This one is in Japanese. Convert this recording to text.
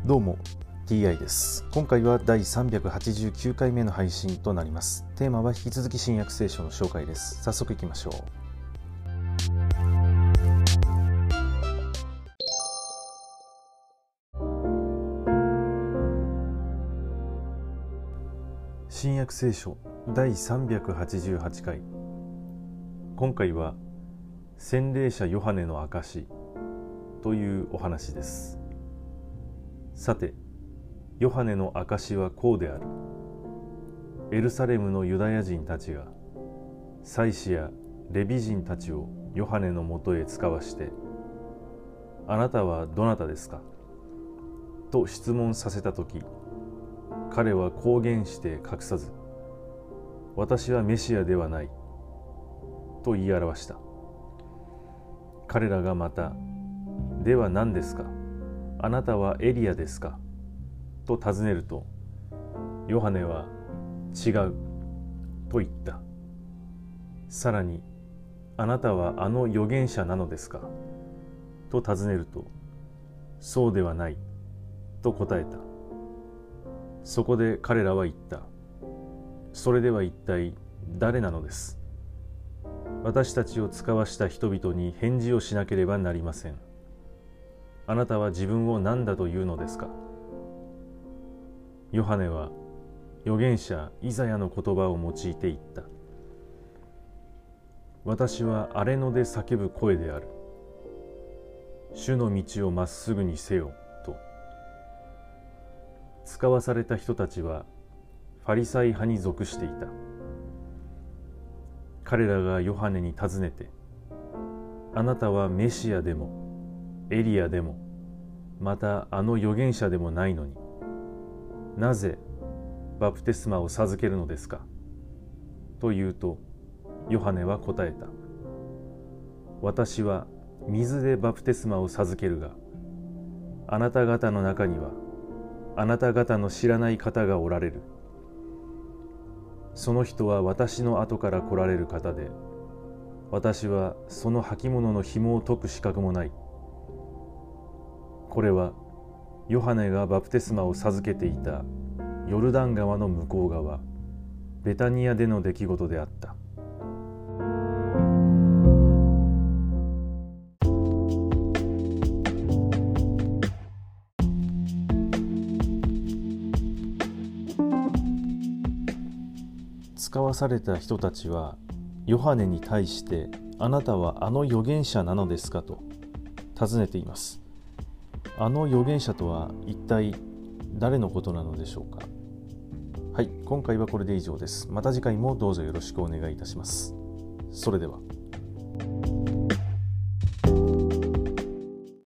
どうも TI です。今回は第389回目の配信となります。テーマは引き続き新約聖書の紹介です。早速いきましょう。新約聖書第388回。今回は洗礼者ヨハネの証というお話です。さて、ヨハネの証はこうである。エルサレムのユダヤ人たちが祭司やレビ人たちをヨハネのもとへ使わして、あなたはどなたですかと質問させたとき、彼は公言して隠さず、私はメシアではないと言い表した。彼らがまた、では何ですか、あなたはエリアですかと尋ねると、ヨハネは違うと言った。さらに、あなたはあの預言者なのですかと尋ねると、そうではないと答えた。そこで彼らは言った。それでは一体誰なのです。私たちを使わした人々に返事をしなければなりません。あなたは自分を何だというのですか。ヨハネは預言者イザヤの言葉を用いて言った。私は荒れ野で叫ぶ声である。主の道をまっすぐにせよと。使わされた人たちはファリサイ派に属していた。彼らがヨハネに尋ねて、あなたはメシアでもエリアでもまたあの預言者でもないのに、なぜバプテスマを授けるのですかと言うと、ヨハネは答えた。私は水でバプテスマを授けるが、あなた方の中にはあなた方の知らない方がおられる。その人は私の後から来られる方で、私はその履物の紐を解く資格もない。これはヨハネがバプテスマを授けていたヨルダン川の向こう側、ベタニアでの出来事であった。使わされた人たちはヨハネに対して、あなたはあの預言者なのですかと尋ねています。あの預言者とは一体誰のことなのでしょうか。はい、今回はこれで以上です。また次回もどうぞよろしくお願いいたします。それでは。